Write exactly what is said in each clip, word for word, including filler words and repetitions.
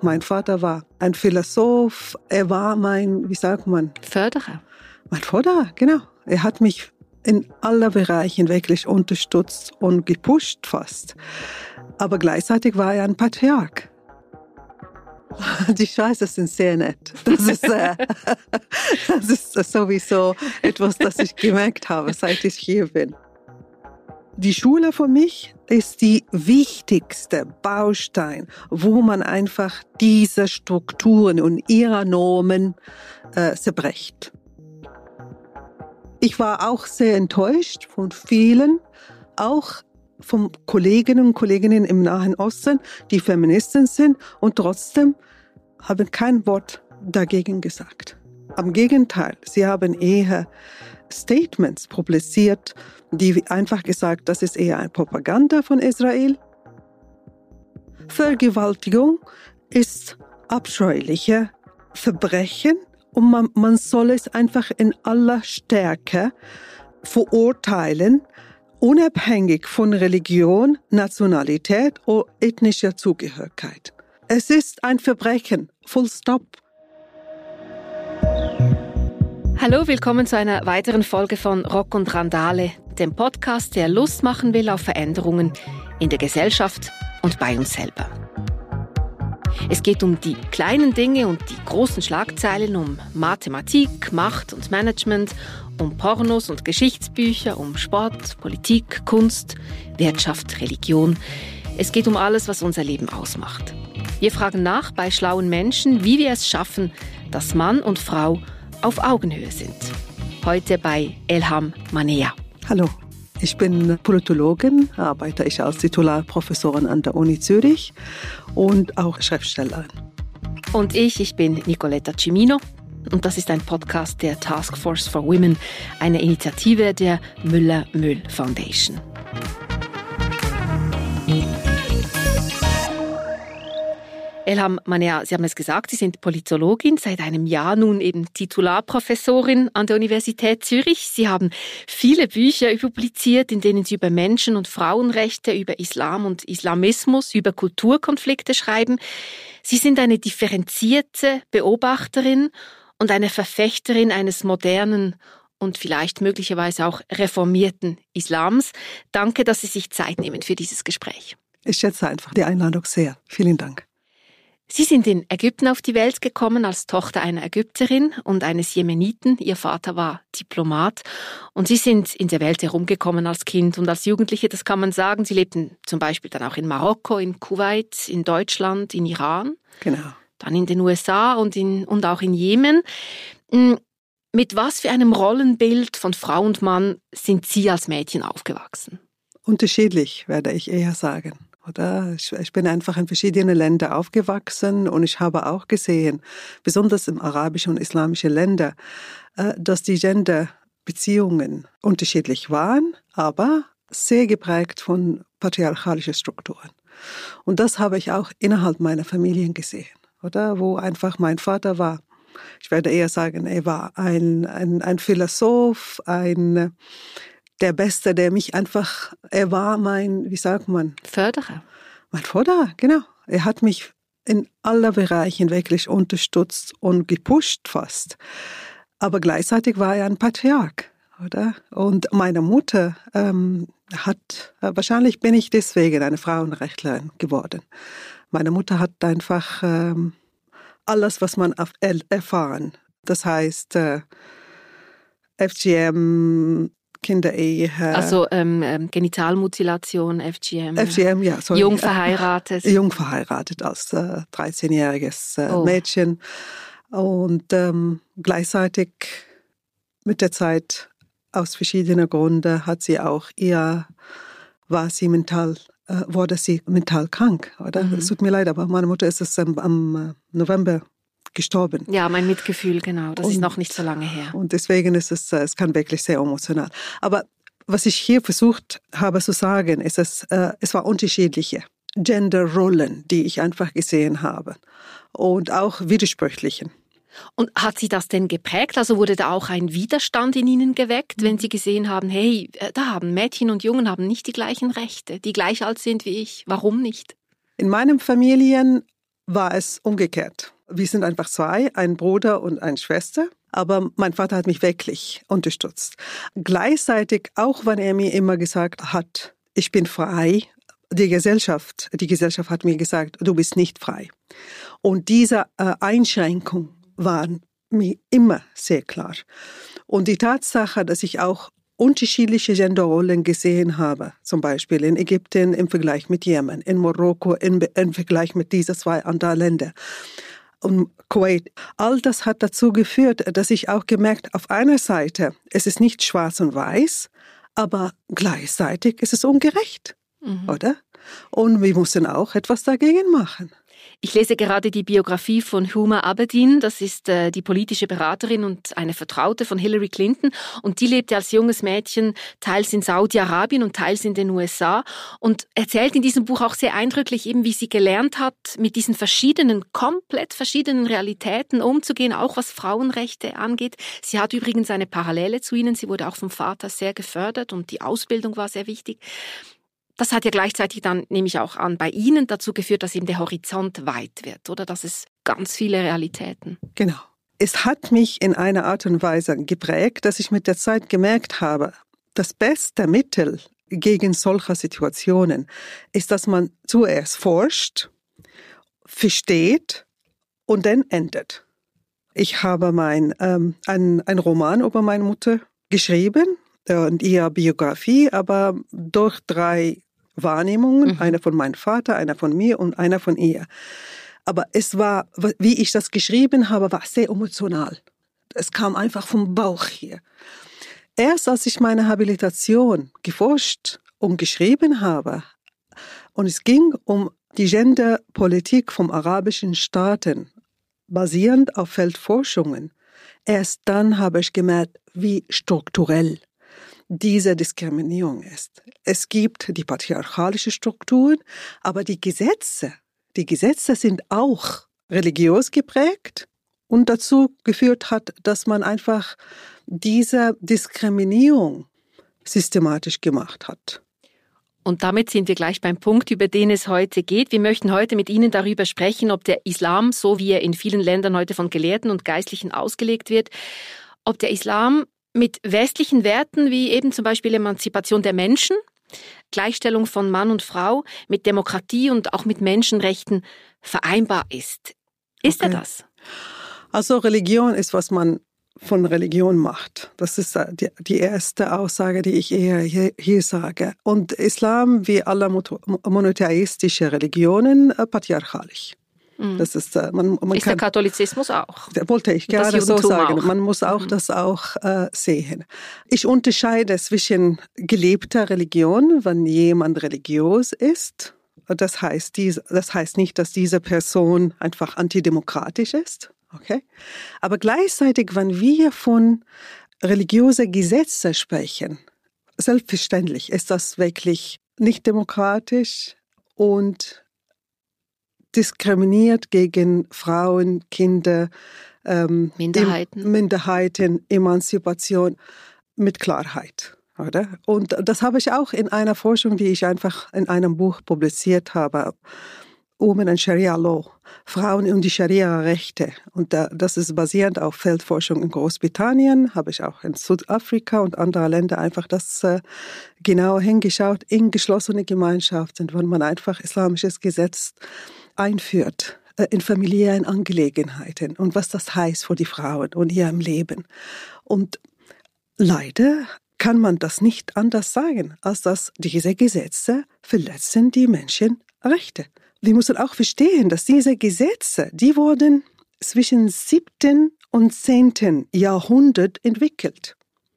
mein Vater war ein Philosoph, er war mein, wie sagt man? Förderer. Mein Vater, genau. Er hat mich in aller Bereichen wirklich unterstützt und gepusht fast. Aber gleichzeitig war er ein Patriarch. Die Scheiße sind sehr nett. Das ist, äh, das ist sowieso etwas, das ich gemerkt habe, seit ich hier bin. Die Schule für mich ist die wichtigste Baustein, wo man einfach diese Strukturen und ihre Normen äh, zerbricht. Ich war auch sehr enttäuscht von vielen, auch von Kolleginnen und Kollegen im Nahen Osten, die Feministen sind und trotzdem haben kein Wort dagegen gesagt. Am Gegenteil, sie haben eher Statements publiziert, die einfach gesagt, das ist eher eine Propaganda von Israel. Vergewaltigung ist abscheuliche Verbrechen und man, man soll es einfach in aller Stärke verurteilen, unabhängig von Religion, Nationalität oder ethnischer Zugehörigkeit. Es ist ein Verbrechen. Full stop. Hallo, willkommen zu einer weiteren Folge von Rock und Randale, dem Podcast, der Lust machen will auf Veränderungen in der Gesellschaft und bei uns selber. Es geht um die kleinen Dinge und die großen Schlagzeilen, um Mathematik, Macht und Management, um Pornos und Geschichtsbücher, um Sport, Politik, Kunst, Wirtschaft, Religion. Es geht um alles, was unser Leben ausmacht. Wir fragen nach bei schlauen Menschen, wie wir es schaffen, dass Mann und Frau auf Augenhöhe sind. Heute bei Elham Manea. Hallo, ich bin Politologin, arbeite ich als Titularprofessorin an der Uni Zürich und auch Schriftstellerin. Und ich, ich bin Nicoletta Cimino und das ist ein Podcast der Task Force for Women, eine Initiative der Müller-Möhl Foundation. Elham Manea, Sie haben es gesagt, Sie sind Politologin, seit einem Jahr nun eben Titularprofessorin an der Universität Zürich. Sie haben viele Bücher publiziert, in denen Sie über Menschen- und Frauenrechte, über Islam und Islamismus, über Kulturkonflikte schreiben. Sie sind eine differenzierte Beobachterin und eine Verfechterin eines modernen und vielleicht möglicherweise auch reformierten Islams. Danke, dass Sie sich Zeit nehmen für dieses Gespräch. Ich schätze einfach die Einladung sehr. Vielen Dank. Sie sind in Ägypten auf die Welt gekommen als Tochter einer Ägypterin und eines Jemeniten. Ihr Vater war Diplomat. Und Sie sind in der Welt herumgekommen als Kind und als Jugendliche, das kann man sagen. Sie lebten zum Beispiel dann auch in Marokko, in Kuwait, in Deutschland, in Iran. Genau. Dann in den U S A und, in, und auch in Jemen. Mit was für einem Rollenbild von Frau und Mann sind Sie als Mädchen aufgewachsen? Unterschiedlich, werde ich eher sagen. Oder? Ich bin einfach in verschiedenen Ländern aufgewachsen und ich habe auch gesehen, besonders in arabischen und islamischen Ländern, dass die Genderbeziehungen unterschiedlich waren, aber sehr geprägt von patriarchalischen Strukturen. Und das habe ich auch innerhalb meiner Familien gesehen, oder? Wo einfach mein Vater war. Ich werde eher sagen, er war ein, ein, ein Philosoph, ein der Beste, der mich einfach, er war mein, wie sagt man? Förderer. Mein Vater, genau. Er hat mich in aller Bereichen wirklich unterstützt und gepusht fast. Aber gleichzeitig war er ein Patriarch, oder? Und meine Mutter ähm, hat, äh, wahrscheinlich bin ich deswegen eine Frauenrechtlerin geworden. Meine Mutter hat einfach ähm, alles, was man er- erfahren. Das heißt, äh, F G M, Kinderehe. Also ähm, Genitalmutilation, F G M. F G M, ja. Sorry. Jung verheiratet. Jung verheiratet als äh, dreizehnjähriges äh, Oh. Mädchen. Und ähm, gleichzeitig mit der Zeit, aus verschiedenen Gründen, hat sie auch eher, war sie mental, äh, wurde sie mental krank, oder? Mhm. Es tut mir leid, aber meine Mutter ist es am, am November gestorben. Ja, mein Mitgefühl, genau. Das und, ist noch nicht so lange her. Und deswegen ist es, es kann wirklich sehr emotional. Aber was ich hier versucht habe zu sagen, ist, es, äh, es war unterschiedliche Genderrollen, die ich einfach gesehen habe. Und auch widersprüchlichen. Und hat Sie das denn geprägt? Also wurde da auch ein Widerstand in Ihnen geweckt, wenn Sie gesehen haben, hey, da haben Mädchen und Jungen haben nicht die gleichen Rechte, die gleich alt sind wie ich. Warum nicht? In meinen Familien war es umgekehrt. Wir sind einfach zwei, ein Bruder und eine Schwester. Aber mein Vater hat mich wirklich unterstützt. Gleichzeitig, auch wenn er mir immer gesagt hat, ich bin frei, die Gesellschaft, die Gesellschaft hat mir gesagt, du bist nicht frei. Und diese äh, Einschränkungen waren mir immer sehr klar. Und die Tatsache, dass ich auch unterschiedliche Genderrollen gesehen habe, zum Beispiel in Ägypten im Vergleich mit Jemen, in Marokko im, im Vergleich mit diesen zwei anderen Ländern und Kuwait. All das hat dazu geführt, dass ich auch gemerkt, auf einer Seite, es ist nicht schwarz und weiß, aber gleichzeitig ist es ungerecht, mhm. oder? Und wir mussten auch etwas dagegen machen. Ich lese gerade die Biografie von Huma Abedin. Das ist äh, die politische Beraterin und eine Vertraute von Hillary Clinton. Und die lebte als junges Mädchen teils in Saudi-Arabien und teils in den U S A. Und erzählt in diesem Buch auch sehr eindrücklich eben, wie sie gelernt hat, mit diesen verschiedenen, komplett verschiedenen Realitäten umzugehen, auch was Frauenrechte angeht. Sie hat übrigens eine Parallele zu ihnen. Sie wurde auch vom Vater sehr gefördert und die Ausbildung war sehr wichtig. Das hat ja gleichzeitig dann, nehme ich auch an, bei Ihnen dazu geführt, dass eben der Horizont weit wird, oder? Dass es ganz viele Realitäten. Genau. Es hat mich in einer Art und Weise geprägt, dass ich mit der Zeit gemerkt habe, das beste Mittel gegen solche Situationen ist, dass man zuerst forscht, versteht und dann ändert. Ich habe mein, ähm, ein, ein Roman über meine Mutter geschrieben, und ihre Biografie, aber durch drei Wahrnehmungen, mhm. eine von meinem Vater, einer von mir und einer von ihr. Aber es war, wie ich das geschrieben habe, war sehr emotional. Es kam einfach vom Bauch hier. Erst als ich meine Habilitation geforscht und geschrieben habe, und es ging um die Genderpolitik von arabischen Staaten, basierend auf Feldforschungen, erst dann habe ich gemerkt, wie strukturell diese Diskriminierung ist. Es gibt die patriarchalische Strukturen, aber die Gesetze, die Gesetze sind auch religiös geprägt und dazu geführt hat, dass man einfach diese Diskriminierung systematisch gemacht hat. Und damit sind wir gleich beim Punkt, über den es heute geht. Wir möchten heute mit Ihnen darüber sprechen, ob der Islam, so wie er in vielen Ländern heute von Gelehrten und Geistlichen ausgelegt wird, ob der Islam mit westlichen Werten wie eben zum Beispiel Emanzipation der Menschen, Gleichstellung von Mann und Frau, mit Demokratie und auch mit Menschenrechten vereinbar ist. Ist okay. er das? Also Religion ist, was man von Religion macht. Das ist die, die erste Aussage, die ich eher hier, hier sage. Und Islam, wie alle monotheistische Religionen, patriarchalisch. Das ist, man, man ist kann, der Katholizismus auch. Wollte ich gerade so sagen. Auch. Man muss auch mhm. das auch äh, sehen. Ich unterscheide zwischen gelebter Religion, wenn jemand religiös ist. Das heißt, diese, das heißt nicht, dass diese Person einfach antidemokratisch ist. Okay? Aber gleichzeitig, wenn wir von religiösen Gesetzen sprechen, selbstverständlich ist das wirklich nicht demokratisch und diskriminiert gegen Frauen, Kinder, ähm, Minderheiten. Minderheiten, Emanzipation mit Klarheit, oder? Und das habe ich auch in einer Forschung, die ich einfach in einem Buch publiziert habe, Women and Sharia Law, Frauen und die Scharia-Rechte. Und das ist basierend auf Feldforschung in Großbritannien, habe ich auch in Südafrika und anderen Ländern einfach das äh, genauer hingeschaut, in geschlossene Gemeinschaften, wenn man einfach islamisches Gesetz einführt äh, in familiären Angelegenheiten und was das heißt für die Frauen und ihrem Leben. Und leider kann man das nicht anders sagen, als dass diese Gesetze verletzen die Menschenrechte. Wir müssen auch verstehen, dass diese Gesetze, die wurden zwischen siebten und zehnten Jahrhundert entwickelt.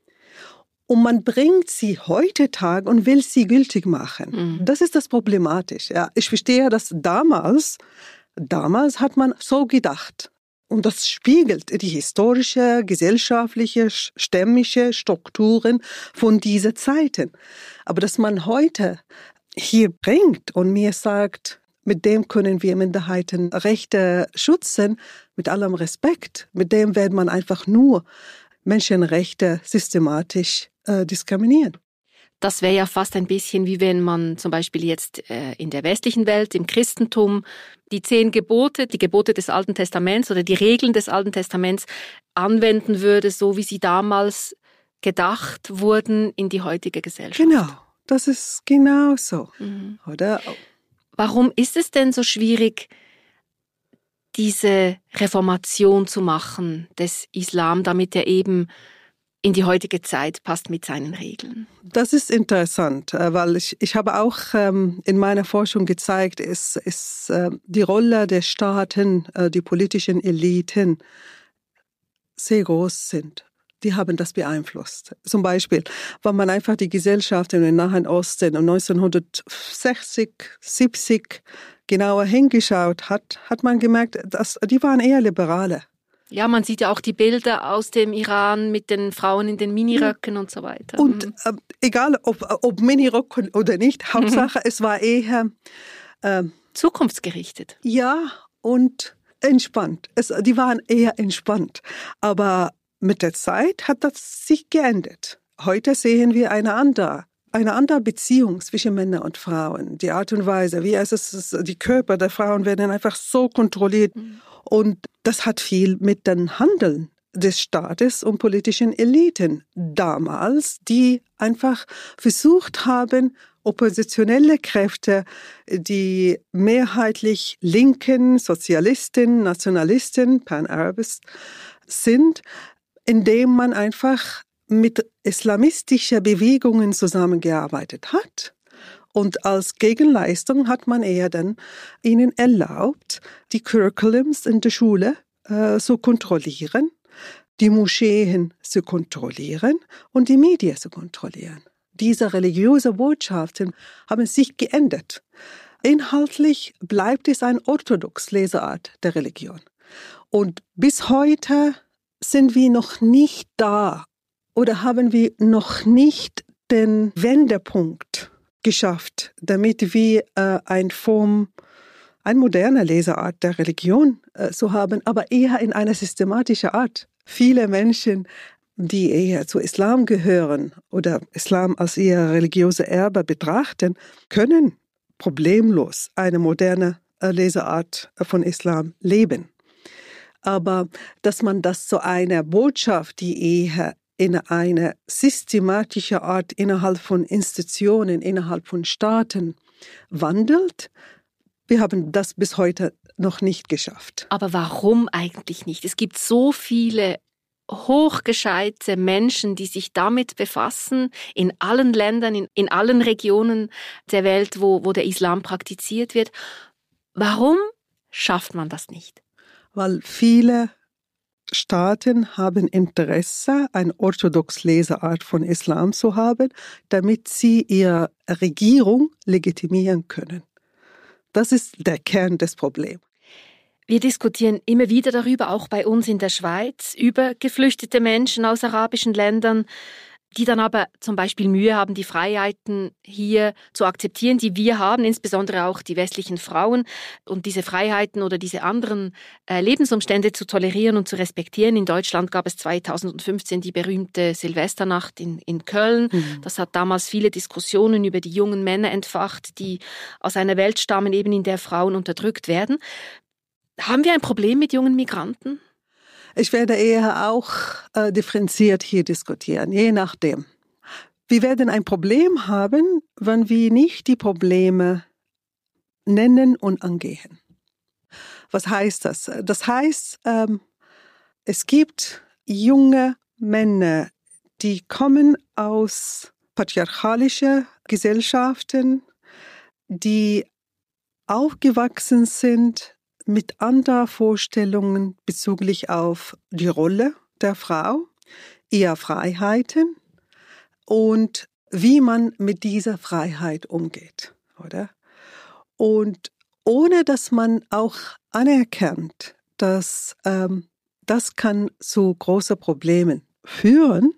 Und man bringt sie heutzutage und will sie gültig machen. Mhm. Das ist das Problematische. Ja, ich verstehe, dass damals, damals hat man so gedacht. Und das spiegelt die historische, gesellschaftliche, stämmische Strukturen von diesen Zeiten. Aber dass man heute hier bringt und mir sagt, mit dem können wir Minderheitenrechte schützen, mit allem Respekt, mit dem wird man einfach nur Menschenrechte systematisch äh, diskriminieren. Das wäre ja fast ein bisschen wie wenn man zum Beispiel jetzt äh, in der westlichen Welt, im Christentum, die zehn Gebote, die Gebote des Alten Testaments oder die Regeln des Alten Testaments anwenden würde, so wie sie damals gedacht wurden in die heutige Gesellschaft. Genau, das ist genau so, mhm. oder? Warum ist es denn so schwierig, diese Reformation zu machen des Islam, damit er eben in die heutige Zeit passt mit seinen Regeln? Das ist interessant, weil ich, ich habe auch ähm, in meiner Forschung gezeigt, ist, ist äh, die Rolle der Staaten, äh, die politischen Eliten sehr groß sind. Die haben das beeinflusst. Zum Beispiel, wenn man einfach die Gesellschaft im Nahen Osten um neunzehnhundertsechzig, siebzig genauer hingeschaut hat, hat man gemerkt, dass die waren eher Liberale. Ja, man sieht ja auch die Bilder aus dem Iran mit den Frauen in den Miniröcken ja. und so weiter. Und äh, egal, ob, ob Miniröcken oder nicht, Hauptsache, es war eher äh, zukunftsgerichtet. Ja, und entspannt. Es, die waren eher entspannt. Aber mit der Zeit hat das sich geändert. Heute sehen wir eine andere, eine andere Beziehung zwischen Männern und Frauen. Die Art und Weise, wie es ist, die Körper der Frauen werden einfach so kontrolliert. Mhm. Und das hat viel mit dem Handeln des Staates und politischen Eliten damals, die einfach versucht haben, oppositionelle Kräfte, die mehrheitlich Linken, Sozialisten, Nationalisten, Pan-Arabist sind, indem man einfach mit islamistischen Bewegungen zusammengearbeitet hat. Und als Gegenleistung hat man eher dann ihnen erlaubt, die Curriculums in der Schule äh, zu kontrollieren, die Moscheen zu kontrollieren und die Medien zu kontrollieren. Diese religiösen Botschaften haben sich geändert. Inhaltlich bleibt es eine orthodoxe Leseart der Religion. Und bis heute sind wir noch nicht da oder haben wir noch nicht den Wendepunkt geschafft, damit wir äh, eine Form, eine moderne Leseart der Religion äh, zu haben, aber eher in einer systematischen Art. Viele Menschen, die eher zu Islam gehören oder Islam als ihr religiöse Erbe betrachten, können problemlos eine moderne äh, Leseart von Islam leben. Aber dass man das zu einer Botschaft, die eher in eine systematische Art innerhalb von Institutionen, innerhalb von Staaten wandelt, wir haben das bis heute noch nicht geschafft. Aber warum eigentlich nicht? Es gibt so viele hochgescheite Menschen, die sich damit befassen, in allen Ländern, in, in allen Regionen der Welt, wo, wo der Islam praktiziert wird. Warum schafft man das nicht? Weil viele Staaten haben Interesse, eine orthodoxe Leseart von Islam zu haben, damit sie ihre Regierung legitimieren können. Das ist der Kern des Problems. Wir diskutieren immer wieder darüber, auch bei uns in der Schweiz, über geflüchtete Menschen aus arabischen Ländern, die dann aber zum Beispiel Mühe haben, die Freiheiten hier zu akzeptieren, die wir haben, insbesondere auch die westlichen Frauen, und diese Freiheiten oder diese anderen äh, Lebensumstände zu tolerieren und zu respektieren. In Deutschland gab es zweitausendfünfzehn die berühmte Silvesternacht in, in Köln. Mhm. Das hat damals viele Diskussionen über die jungen Männer entfacht, die aus einer Welt stammen, eben in der Frauen unterdrückt werden. Haben wir ein Problem mit jungen Migranten? Ich werde eher auch äh, differenziert hier diskutieren, je nachdem. Wir werden ein Problem haben, wenn wir nicht die Probleme nennen und angehen. Was heißt das? Das heißt, ähm, es gibt junge Männer, die kommen aus patriarchalischen Gesellschaften, die aufgewachsen sind mit anderen Vorstellungen bezüglich auf die Rolle der Frau, ihre Freiheiten und wie man mit dieser Freiheit umgeht, oder? Und ohne dass man auch anerkennt, dass ähm, das kann zu großen Problemen führen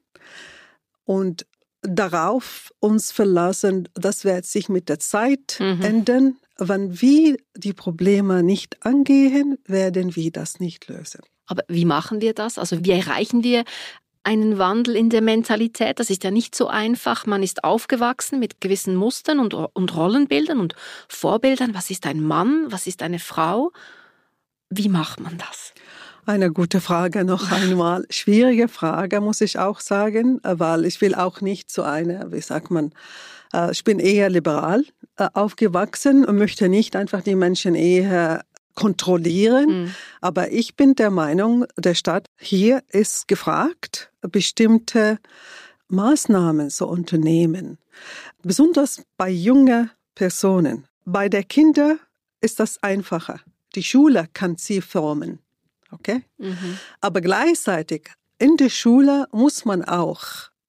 und darauf uns verlassen, das wird sich mit der Zeit mhm. ändern. Wenn wir die Probleme nicht angehen, werden wir das nicht lösen. Aber wie machen wir das? Also wie erreichen wir einen Wandel in der Mentalität? Das ist ja nicht so einfach. Man ist aufgewachsen mit gewissen Mustern und, und Rollenbildern und Vorbildern. Was ist ein Mann? Was ist eine Frau? Wie macht man das? Eine gute Frage noch einmal. Schwierige Frage, muss ich auch sagen, weil ich will auch nicht so eine, wie sagt man, ich bin eher liberal aufgewachsen und möchte nicht einfach die Menschen eher kontrollieren. Mhm. Aber ich bin der Meinung, der Staat hier ist gefragt, bestimmte Maßnahmen zu unternehmen. Besonders bei jungen Personen. Bei den Kindern ist das einfacher. Die Schule kann sie formen. Okay? Mhm. Aber gleichzeitig in der Schule muss man auch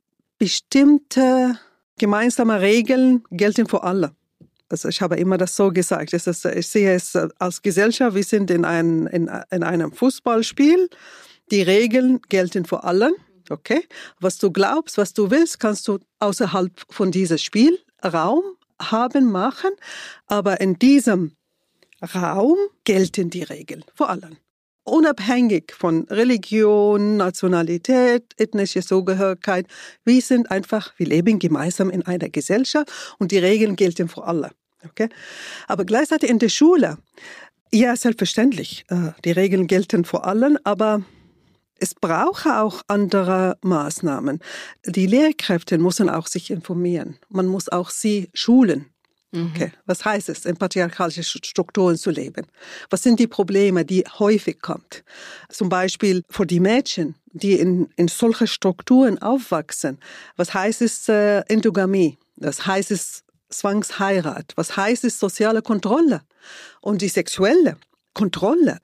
bestimmte gemeinsame Regeln gelten für alle. Also ich habe immer das so gesagt. Es ist, ich sehe es als Gesellschaft, wir sind in, ein, in, in einem Fußballspiel. Die Regeln gelten für alle. Okay? Was du glaubst, was du willst, kannst du außerhalb von diesem Spielraum haben, machen. Aber in diesem Raum gelten die Regeln für alle. Unabhängig von Religion, Nationalität, ethnische Zugehörigkeit. Wir sind einfach, wir leben gemeinsam in einer Gesellschaft und die Regeln gelten für alle. Okay? Aber gleichzeitig in der Schule, ja, selbstverständlich, die Regeln gelten für alle, aber es braucht auch andere Maßnahmen. Die Lehrkräfte müssen auch sich informieren. Man muss auch sie schulen. Okay. Was heißt es, in patriarchalischen Strukturen zu leben? Was sind die Probleme, die häufig kommen? Zum Beispiel für die Mädchen, die in, in solchen Strukturen aufwachsen. Was heißt es äh, Endogamie? Was heißt es Zwangsheirat? Was heißt es soziale Kontrolle? Und die sexuelle Kontrolle.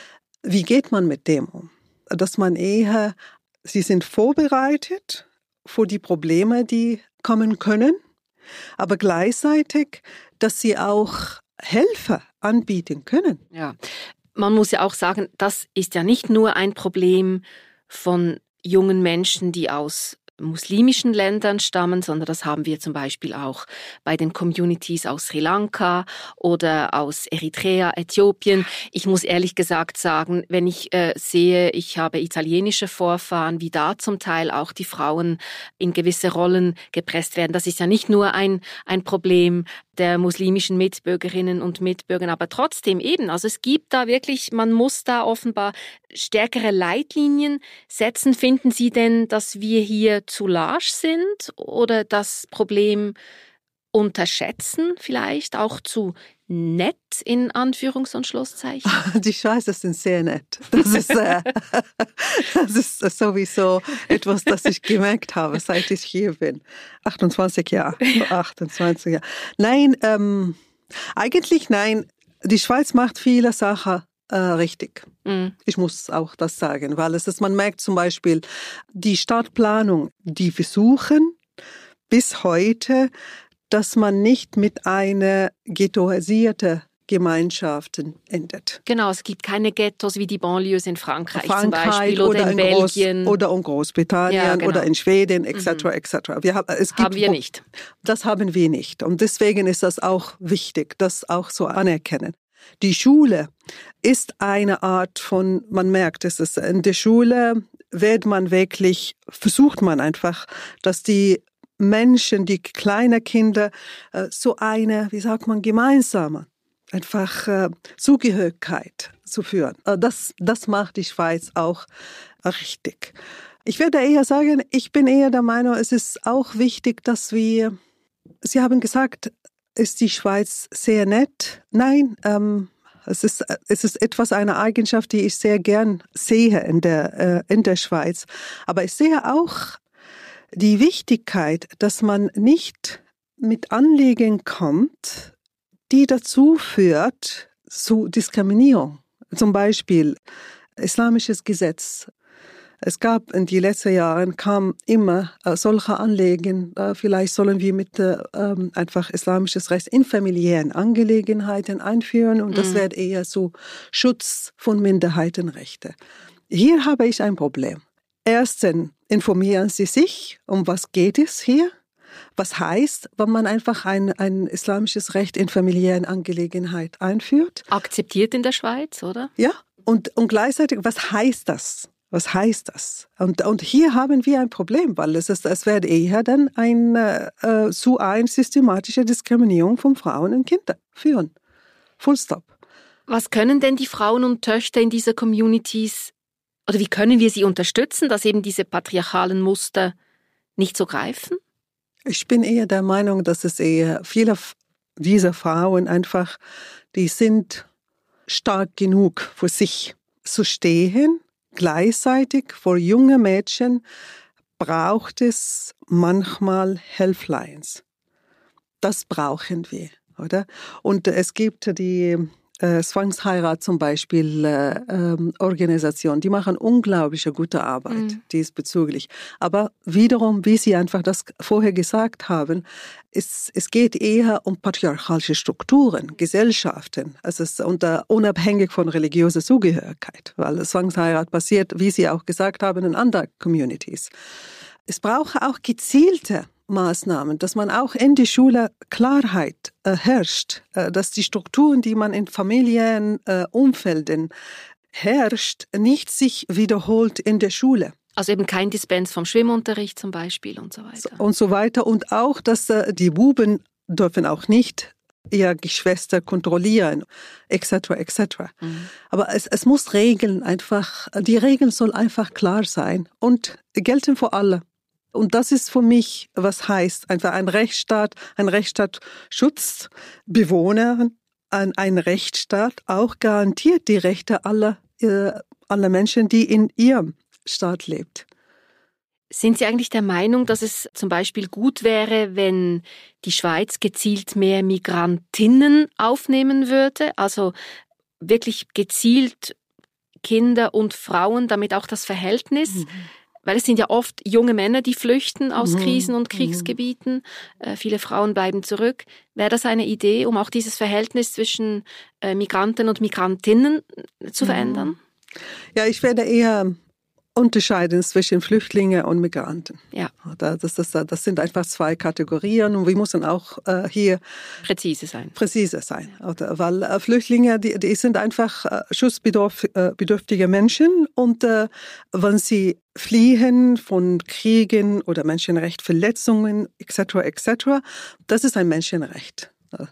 Wie geht man mit dem um? Dass man eher, sie sind vorbereitet für die Probleme, die kommen können. Aber gleichzeitig, dass sie auch Hilfe anbieten können. Ja, man muss ja auch sagen, das ist ja nicht nur ein Problem von jungen Menschen, die aus muslimischen Ländern stammen, sondern das haben wir zum Beispiel auch bei den Communities aus Sri Lanka oder aus Eritrea, Äthiopien. Ich muss ehrlich gesagt sagen, wenn ich äh, sehe, ich habe italienische Vorfahren, wie da zum Teil auch die Frauen in gewisse Rollen gepresst werden. Das ist ja nicht nur ein, ein Problem der muslimischen Mitbürgerinnen und Mitbürger, aber trotzdem eben, also es gibt da wirklich, man muss da offenbar stärkere Leitlinien setzen. Finden Sie denn, dass wir hier zu large sind oder das Problem unterschätzen, vielleicht auch zu nett in Anführungs- und Schlusszeichen? Die Schweizer sind sehr nett. Das ist, äh, das ist sowieso etwas, das ich gemerkt habe, seit ich hier bin. achtundzwanzig Jahre. achtundzwanzig Jahre. Nein, ähm, eigentlich nein. Die Schweiz macht viele Sachen äh, richtig. Mm. Ich muss auch das sagen, weil es ist, man merkt zum Beispiel die Stadtplanung, die versuchen bis heute, dass man nicht mit einer ghettoisierten Gemeinschaft endet. Genau, es gibt keine Ghettos wie die Banlieues in Frankreich, Frankreich zum Beispiel oder, oder in, in Belgien. Groß, oder in Großbritannien ja, genau. oder in Schweden et cetera mhm. et cetera. Wir haben, es gibt, haben wir nicht. Das haben wir nicht. Und deswegen ist das auch wichtig, das auch so anerkennen. Die Schule ist eine Art von, man merkt es, ist, in der Schule wird man wirklich, versucht man einfach, dass die Menschen, die kleine Kinder, so eine, wie sagt man, gemeinsame, einfach äh, Zugehörigkeit zu führen. Das, das macht die Schweiz auch richtig. Ich würde eher sagen, ich bin eher der Meinung, es ist auch wichtig, dass wir, Sie haben gesagt, ist die Schweiz sehr nett? Nein, ähm, es ist, es ist etwas, eine Eigenschaft, die ich sehr gern sehe in der, äh, in der Schweiz. Aber ich sehe auch die Wichtigkeit, dass man nicht mit Anliegen kommt, die dazu führt zu Diskriminierung. Zum Beispiel islamisches Gesetz. Es gab in den letzten Jahren kam immer äh, solche Anliegen. Äh, vielleicht sollen wir mit äh, einfach islamisches Recht in familiären Angelegenheiten einführen und das mhm. wird eher so Schutz von Minderheitenrechten. Hier habe ich ein Problem. Erstens informieren Sie sich, um was geht es hier? Was heißt, wenn man einfach ein, ein islamisches Recht in familiären Angelegenheiten einführt? Akzeptiert in der Schweiz, oder? Ja, und, und gleichzeitig, was heißt das? Was heißt das? Und, und hier haben wir ein Problem, weil es, ist, es wird eher dann ein, äh, zu einer systematischen Diskriminierung von Frauen und Kindern führen. Full stop. Was können denn die Frauen und Töchter in dieser Communities, oder wie können wir sie unterstützen, dass eben diese patriarchalen Muster nicht so greifen? Ich bin eher der Meinung, dass es eher viele dieser Frauen einfach, die sind stark genug für sich zu stehen. Gleichzeitig für junge Mädchen braucht es manchmal Helplines. Das brauchen wir, oder? Und es gibt die äh, Zwangsheirat zum Beispiel äh, ähm, Organisation, die machen unglaubliche gute Arbeit mhm. diesbezüglich. Aber wiederum, wie Sie einfach das vorher gesagt haben, es, es geht eher um patriarchalische Strukturen, Gesellschaften, also es ist unter, unabhängig von religiöser Zugehörigkeit, weil Zwangsheirat passiert, wie Sie auch gesagt haben, in anderen Communities. Es braucht auch gezielte Maßnahmen, dass man auch in die Schule Klarheit äh, herrscht, äh, dass die Strukturen, die man in Familienumfelden äh, herrscht, nicht sich wiederholt in der Schule. Also eben kein Dispens vom Schwimmunterricht zum Beispiel und so weiter. Und so weiter. Und auch, dass äh, die Buben dürfen auch nicht ihre Geschwister kontrollieren, et cetera et cetera. Mhm. Aber es, es muss Regeln einfach, die Regeln soll einfach klar sein und gelten für alle. Und das ist für mich, was heißt, einfach ein Rechtsstaat, ein Rechtsstaat schützt Bewohner, ein, ein Rechtsstaat auch garantiert die Rechte aller, äh, aller Menschen, die in ihrem Staat lebt. Sind Sie eigentlich der Meinung, dass es zum Beispiel gut wäre, wenn die Schweiz gezielt mehr Migrantinnen aufnehmen würde? Also wirklich gezielt Kinder und Frauen, damit auch das Verhältnis... Mhm. Weil es sind ja oft junge Männer, die flüchten aus mhm. Krisen- und Kriegsgebieten. Äh, viele Frauen bleiben zurück. Wäre das eine Idee, um auch dieses Verhältnis zwischen äh, Migranten und Migrantinnen zu verändern? Ja, ich werde eher unterscheiden zwischen Flüchtlingen und Migranten. Ja. Das, das, das sind einfach zwei Kategorien und wir müssen auch äh, hier präzise sein. Präzise sein. Oder, weil äh, Flüchtlinge, die, die sind einfach äh, schutzbedürftige Menschen und äh, wenn sie fliehen von Kriegen oder Menschenrechtsverletzungen et cetera et cetera, das ist ein Menschenrecht.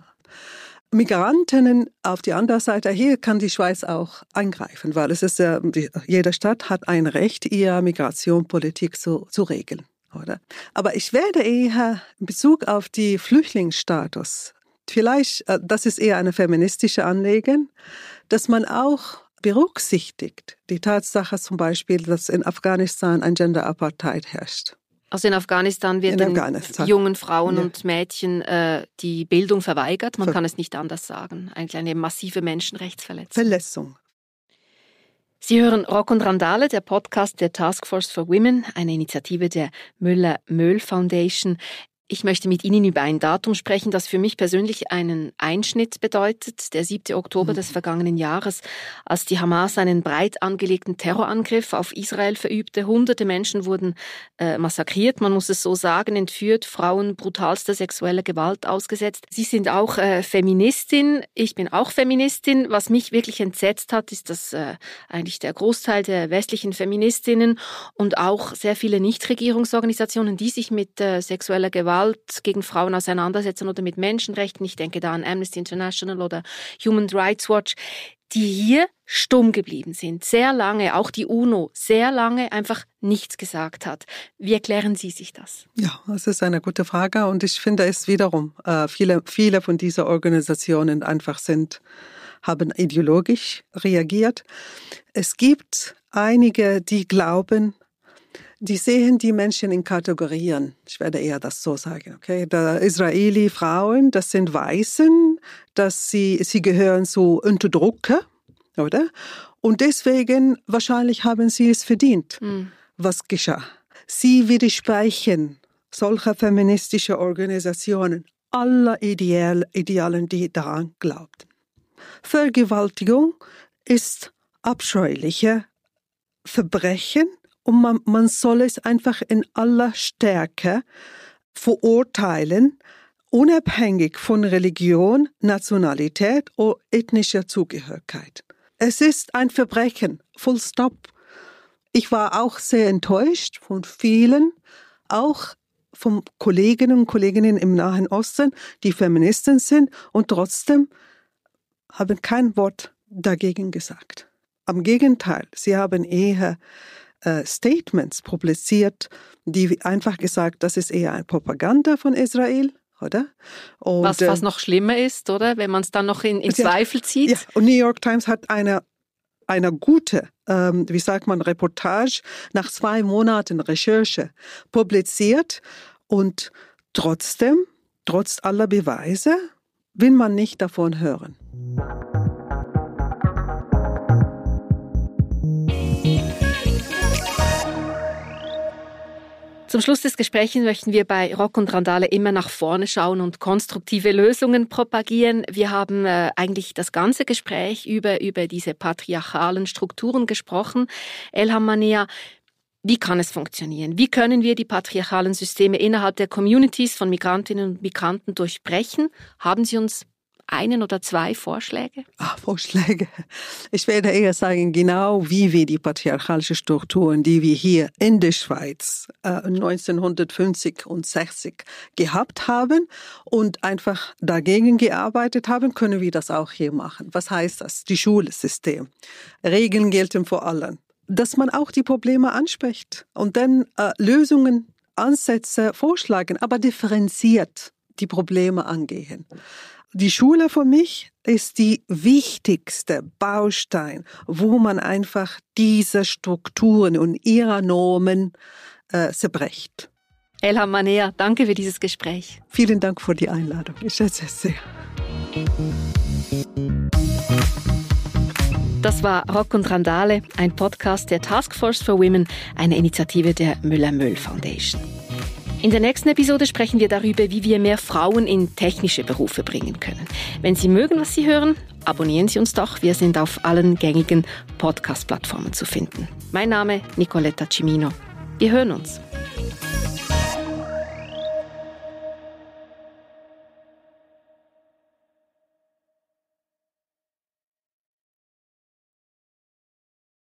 Migrantinnen auf die andere Seite, hier kann die Schweiz auch eingreifen, weil es ist ja, jede Stadt hat ein Recht, ihre Migrationspolitik zu, zu regeln, oder? Aber ich werde eher in Bezug auf die Flüchtlingsstatus, vielleicht, das ist eher eine feministische Anliegen, dass man auch berücksichtigt die Tatsache zum Beispiel, dass in Afghanistan ein Gender-Apartheid herrscht. Also in Afghanistan wird in den Afghanistan. jungen Frauen ja. und Mädchen äh, die Bildung verweigert. Man Ver- kann es nicht anders sagen. Eigentlich eine massive Menschenrechtsverletzung. Verletzung. Sie hören Rock und Randale, der Podcast der Task Force for Women, eine Initiative der Müller-Möhl Foundation. Ich möchte mit Ihnen über ein Datum sprechen, das für mich persönlich einen Einschnitt bedeutet. Der siebte Oktober des vergangenen Jahres, als die Hamas einen breit angelegten Terrorangriff auf Israel verübte. Hunderte Menschen wurden äh, massakriert, man muss es so sagen, entführt, Frauen brutalster sexueller Gewalt ausgesetzt. Sie sind auch äh, Feministin, ich bin auch Feministin. Was mich wirklich entsetzt hat, ist, dass äh, eigentlich der Großteil der westlichen Feministinnen und auch sehr viele Nichtregierungsorganisationen, die sich mit äh, sexueller Gewalt gegen Frauen auseinandersetzen oder mit Menschenrechten, ich denke da an Amnesty International oder Human Rights Watch, die hier stumm geblieben sind, sehr lange, auch die UNO, sehr lange einfach nichts gesagt hat. Wie erklären Sie sich das? Ja, das ist eine gute Frage und ich finde es wiederum, äh, viele, viele von diesen Organisationen einfach sind, haben ideologisch reagiert. Es gibt einige, die glauben, die sehen die Menschen in Kategorien. Ich werde eher das so sagen, okay? Die Israeli-Frauen, das sind Weißen, dass sie, sie gehören zu Unterdrücker, oder? Und deswegen, wahrscheinlich haben sie es verdient, mhm. was geschah. Sie widersprechen solcher feministischer Organisationen aller Ideal, Idealen, die daran glaubten. Vergewaltigung ist abscheuliche Verbrechen, und man, man soll es einfach in aller Stärke verurteilen, unabhängig von Religion, Nationalität oder ethnischer Zugehörigkeit. Es ist ein Verbrechen, full stop. Ich war auch sehr enttäuscht von vielen, auch von Kolleginnen und Kollegen im Nahen Osten, die Feministen sind und trotzdem haben kein Wort dagegen gesagt. Am Gegenteil, sie haben eher äh, Statements publiziert, die einfach gesagt, das ist eher eine Propaganda von Israel, oder? Und, was, was noch schlimmer ist, oder? Wenn man es dann noch in, in ja, Zweifel zieht. Ja, und New York Times hat eine, eine gute, ähm, wie sagt man, Reportage nach zwei Monaten Recherche publiziert und trotzdem, trotz aller Beweise, will man nicht davon hören. Zum Schluss des Gesprächs möchten wir bei Rock und Randale immer nach vorne schauen und konstruktive Lösungen propagieren. Wir haben äh, eigentlich das ganze Gespräch über, über diese patriarchalen Strukturen gesprochen. Elham Manea, wie kann es funktionieren? Wie können wir die patriarchalen Systeme innerhalb der Communities von Migrantinnen und Migranten durchbrechen? Haben Sie uns einen oder zwei Vorschläge? Ach, Vorschläge. Ich werde eher sagen, genau wie wir die patriarchalischen Strukturen, die wir hier in der Schweiz äh, neunzehnhundertfünfzig und sechzig gehabt haben und einfach dagegen gearbeitet haben, können wir das auch hier machen. Was heißt das? Die Schulsystem. Regeln gelten vor allem. Dass man auch die Probleme anspricht und dann äh, Lösungen, Ansätze vorschlagen, aber differenziert die Probleme angehen. Die Schule für mich ist die wichtigste Baustein, wo man einfach diese Strukturen und ihre Normen äh, zerbricht. Elham Manea, danke für dieses Gespräch. Vielen Dank für die Einladung. Ich schätze es sehr. Das war Rock und Randale, ein Podcast der Task Force for Women, eine Initiative der Müller-Möll Foundation. In der nächsten Episode sprechen wir darüber, wie wir mehr Frauen in technische Berufe bringen können. Wenn Sie mögen, was Sie hören, abonnieren Sie uns doch. Wir sind auf allen gängigen Podcast-Plattformen zu finden. Mein Name Nicoletta Cimino. Wir hören uns.